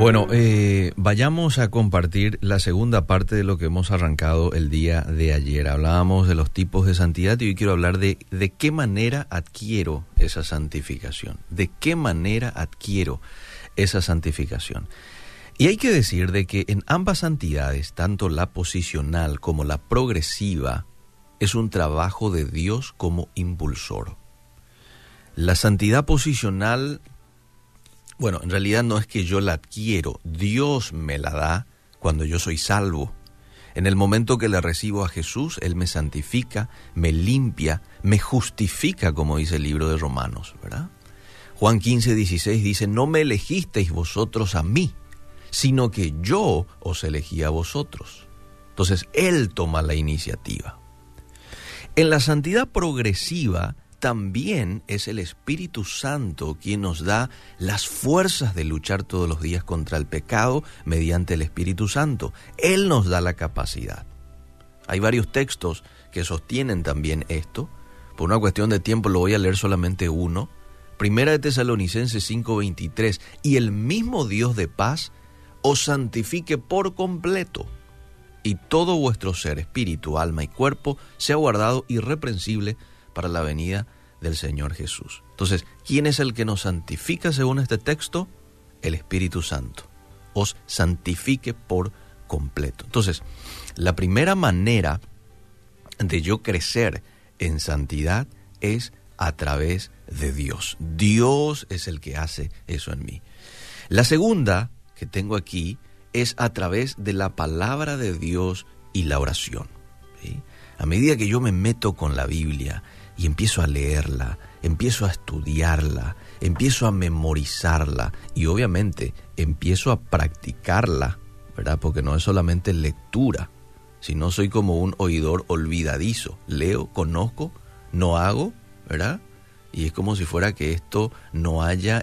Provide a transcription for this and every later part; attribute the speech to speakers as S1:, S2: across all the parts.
S1: Bueno, vayamos a compartir la segunda parte de lo que hemos arrancado el día de ayer. Hablábamos de los tipos de santidad y hoy quiero hablar de qué manera adquiero esa santificación. ¿De qué manera adquiero esa santificación? Y hay que decir de que en ambas santidades, tanto la posicional como la progresiva, es un trabajo de Dios como impulsor. La santidad posicional, bueno, en realidad no es que yo la adquiero, Dios me la da cuando yo soy salvo. En el momento que le recibo a Jesús, Él me santifica, me limpia, me justifica, como dice el libro de Romanos, ¿verdad? Juan 15:16 dice, no me elegisteis vosotros a mí, sino que yo os elegí a vosotros. Entonces, Él toma la iniciativa. En la santidad progresiva, también es el Espíritu Santo quien nos da las fuerzas de luchar todos los días contra el pecado mediante el Espíritu Santo. Él nos da la capacidad. Hay varios textos que sostienen también esto. Por una cuestión de tiempo lo voy a leer solamente uno. Primera de Tesalonicenses 5:23. Y el mismo Dios de paz os santifique por completo, y todo vuestro ser, espíritu, alma y cuerpo, sea guardado irreprensible para la venida del Señor Jesús. Entonces, ¿quién es el que nos santifica según este texto? El Espíritu Santo. Os santifique por completo. Entonces, la primera manera de yo crecer en santidad es a través de Dios. Dios es el que hace eso en mí. La segunda que tengo aquí es a través de la palabra de Dios y la oración, ¿sí? A medida que yo me meto con la Biblia y empiezo a leerla, empiezo a estudiarla, empiezo a memorizarla y obviamente empiezo a practicarla, ¿verdad? Porque no es solamente lectura, sino soy como un oidor olvidadizo. Leo, conozco, no hago, ¿verdad? Y es como si fuera que esto no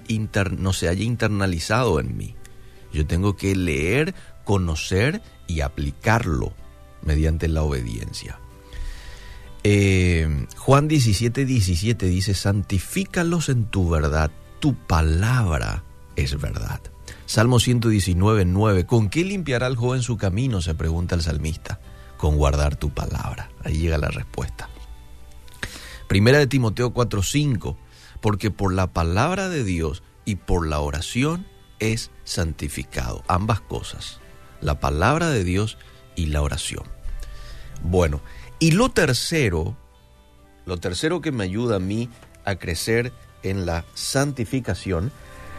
S1: se haya internalizado en mí. Yo tengo que leer, conocer y aplicarlo mediante la obediencia. Juan 17:17 dice, santifícalos en tu verdad, tu palabra es verdad. Salmo 119:9, ¿con qué limpiará el joven su camino?, se pregunta el salmista. Con guardar tu palabra. Ahí llega la respuesta. Primera de Timoteo 4:5, porque por la palabra de Dios y por la oración es santificado. Ambas cosas, la palabra de Dios y la oración. Bueno, y lo tercero que me ayuda a mí a crecer en la santificación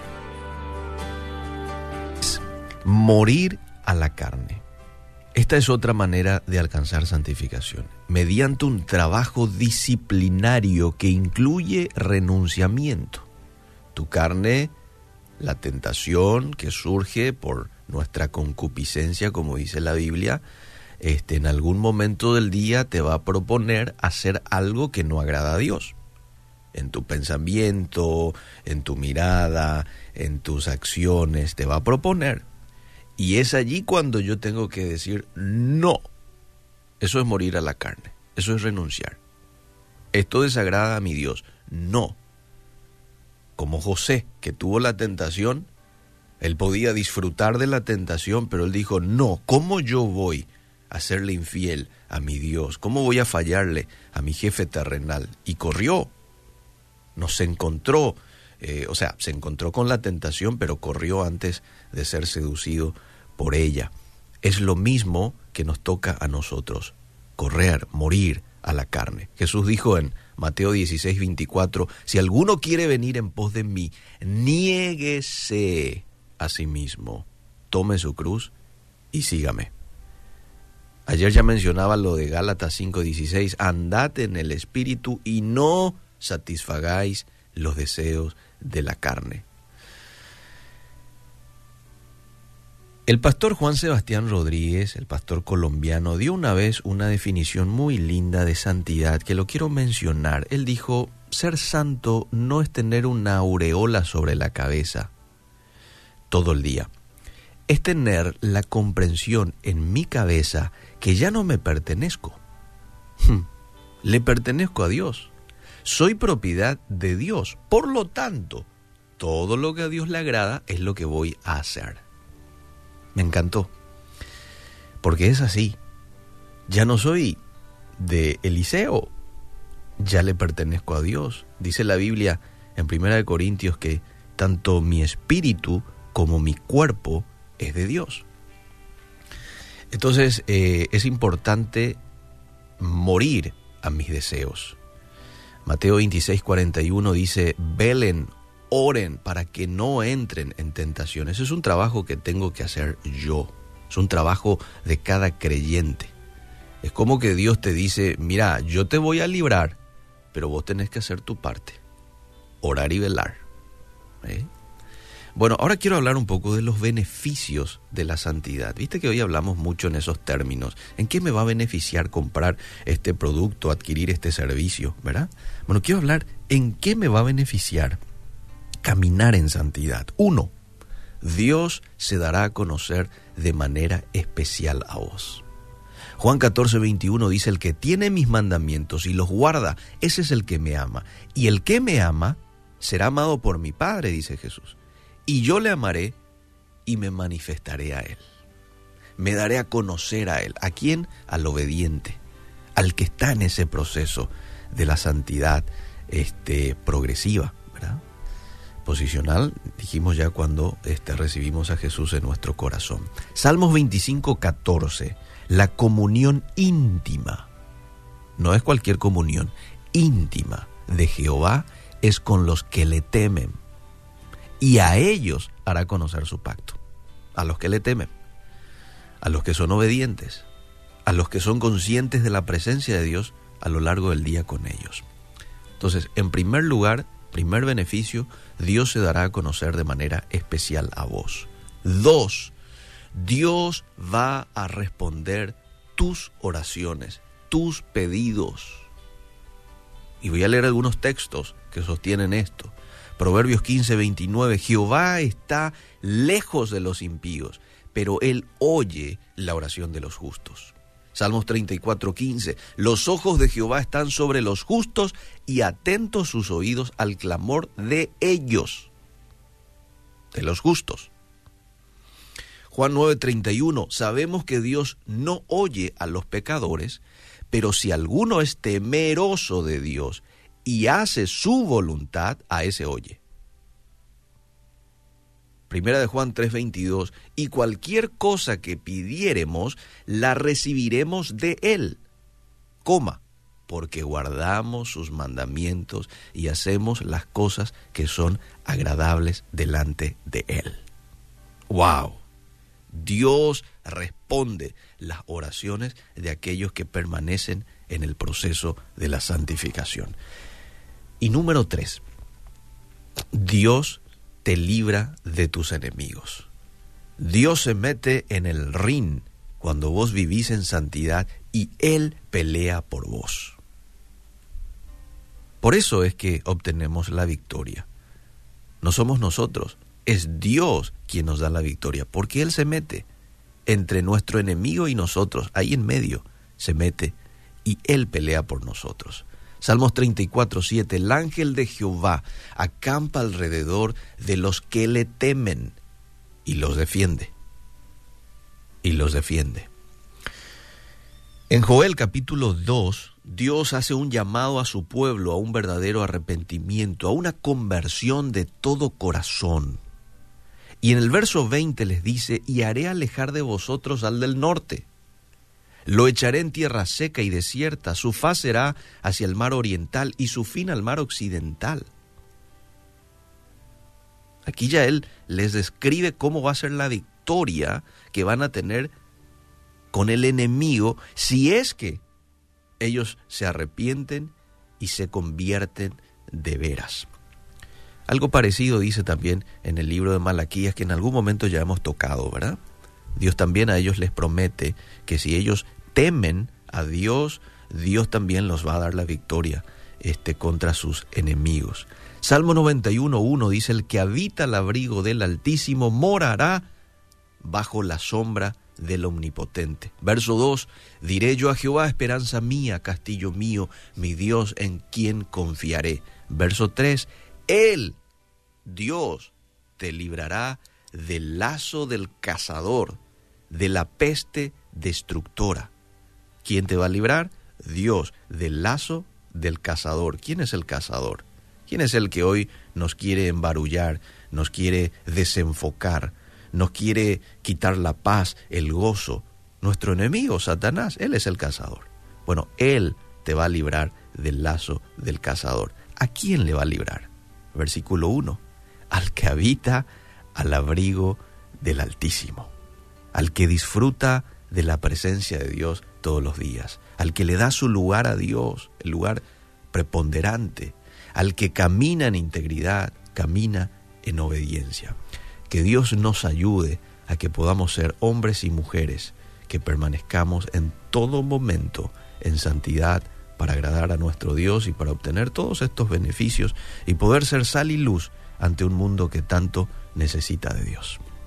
S1: es morir a la carne. Esta es otra manera de alcanzar santificación, mediante un trabajo disciplinario que incluye renunciamiento. Tu carne, la tentación que surge por nuestra concupiscencia, como dice la Biblia, en algún momento del día te va a proponer hacer algo que no agrada a Dios. En tu pensamiento, en tu mirada, en tus acciones, te va a proponer. Y es allí cuando yo tengo que decir no. Eso es morir a la carne, eso es renunciar. Esto desagrada a mi Dios, no. Como José, que tuvo la tentación, él podía disfrutar de la tentación, pero él dijo, no, ¿cómo yo voy a serle infiel a mi Dios? ¿Cómo voy a fallarle a mi jefe terrenal? Y corrió, no se encontró, se encontró con la tentación, pero corrió antes de ser seducido por ella. Es lo mismo que nos toca a nosotros, correr, morir a la carne. Jesús dijo en Mateo 16:24, si alguno quiere venir en pos de mí, niéguese a sí mismo, tome su cruz y sígame. Ayer ya mencionaba lo de Gálatas 5:16, andad en el Espíritu y no satisfagáis los deseos de la carne. El pastor Juan Sebastián Rodríguez, el pastor colombiano, dio una vez una definición muy linda de santidad que lo quiero mencionar. Él dijo, ser santo no es tener una aureola sobre la cabeza todo el día. Es tener la comprensión en mi cabeza que ya no me pertenezco. Le pertenezco a Dios. Soy propiedad de Dios. Por lo tanto, todo lo que a Dios le agrada es lo que voy a hacer. Me encantó. Porque es así. Ya no soy de Eliseo, ya le pertenezco a Dios. Dice la Biblia en 1 Corintios que tanto mi espíritu como mi cuerpo es de Dios. Entonces es importante morir a mis deseos. Mateo 26:41 dice, velen, oren para que no entren en tentación. Ese es un trabajo que tengo que hacer yo. Es un trabajo de cada creyente. Es como que Dios te dice, mira, yo te voy a librar, pero vos tenés que hacer tu parte. Orar y velar. Bueno, ahora quiero hablar un poco de los beneficios de la santidad. Viste que hoy hablamos mucho en esos términos. ¿En qué me va a beneficiar comprar este producto, adquirir este servicio, verdad? Bueno, quiero hablar en qué me va a beneficiar caminar en santidad. 1. Dios se dará a conocer de manera especial a vos. Juan 14:21 dice, el que tiene mis mandamientos y los guarda, ese es el que me ama. Y el que me ama será amado por mi Padre, dice Jesús. Y yo le amaré y me manifestaré a él. Me daré a conocer a él. ¿A quién? Al obediente, al que está en ese proceso de la santidad progresiva, ¿verdad? Posicional, dijimos ya cuando recibimos a Jesús en nuestro corazón. Salmos 25:14, la comunión íntima, no es cualquier comunión, íntima de Jehová es con los que le temen, y a ellos hará conocer su pacto. A los que le temen, a los que son obedientes, a los que son conscientes de la presencia de Dios a lo largo del día con ellos. Entonces, en primer lugar, primer beneficio, Dios se dará a conocer de manera especial a vos. 2, Dios va a responder tus oraciones, tus pedidos. Y voy a leer algunos textos que sostienen esto. Proverbios 15:29, Jehová está lejos de los impíos, pero él oye la oración de los justos. Salmos 34:15, los ojos de Jehová están sobre los justos y atentos sus oídos al clamor de ellos, de los justos. Juan 9:31, sabemos que Dios no oye a los pecadores, pero si alguno es temeroso de Dios y hace su voluntad, a ese oye. Primera de Juan 3:22, y cualquier cosa que pidiéremos, la recibiremos de él, porque guardamos sus mandamientos y hacemos las cosas que son agradables delante de él. ¡Wow! Dios responde las oraciones de aquellos que permanecen en el proceso de la santificación. Y número 3, Dios te libra de tus enemigos. Dios se mete en el ring cuando vos vivís en santidad y Él pelea por vos. Por eso es que obtenemos la victoria. No somos nosotros, es Dios quien nos da la victoria, porque Él se mete entre nuestro enemigo y nosotros, ahí en medio se mete y Él pelea por nosotros. Salmos 34:7, el ángel de Jehová acampa alrededor de los que le temen y los defiende. En Joel capítulo 2, Dios hace un llamado a su pueblo a un verdadero arrepentimiento, a una conversión de todo corazón. Y en el verso 20 les dice, y haré alejar de vosotros al del norte. Lo echaré en tierra seca y desierta, su faz será hacia el mar oriental y su fin al mar occidental. Aquí ya Él les describe cómo va a ser la victoria que van a tener con el enemigo si es que ellos se arrepienten y se convierten de veras. Algo parecido dice también en el libro de Malaquías, que en algún momento ya hemos tocado, ¿verdad? Dios también a ellos les promete que si ellos temen a Dios, Dios también los va a dar la victoria contra sus enemigos. Salmo 91:1 dice, el que habita al abrigo del Altísimo morará bajo la sombra del Omnipotente. Verso 2, diré yo a Jehová, esperanza mía, castillo mío, mi Dios en quien confiaré. Verso 3, Él, Dios, te librará del lazo del cazador, de la peste destructora. ¿Quién te va a librar? Dios, del lazo del cazador. ¿Quién es el cazador? ¿Quién es el que hoy nos quiere embarullar, nos quiere desenfocar, nos quiere quitar la paz, el gozo? Nuestro enemigo, Satanás, él es el cazador. Bueno, él te va a librar del lazo del cazador. ¿A quién le va a librar? Versículo 1. Al que habita al abrigo del Altísimo, al que disfruta de la presencia de Dios todos los días, al que le da su lugar a Dios, el lugar preponderante, al que camina en integridad, camina en obediencia. Que Dios nos ayude a que podamos ser hombres y mujeres que permanezcamos en todo momento en santidad para agradar a nuestro Dios y para obtener todos estos beneficios y poder ser sal y luz ante un mundo que tanto necesita de Dios.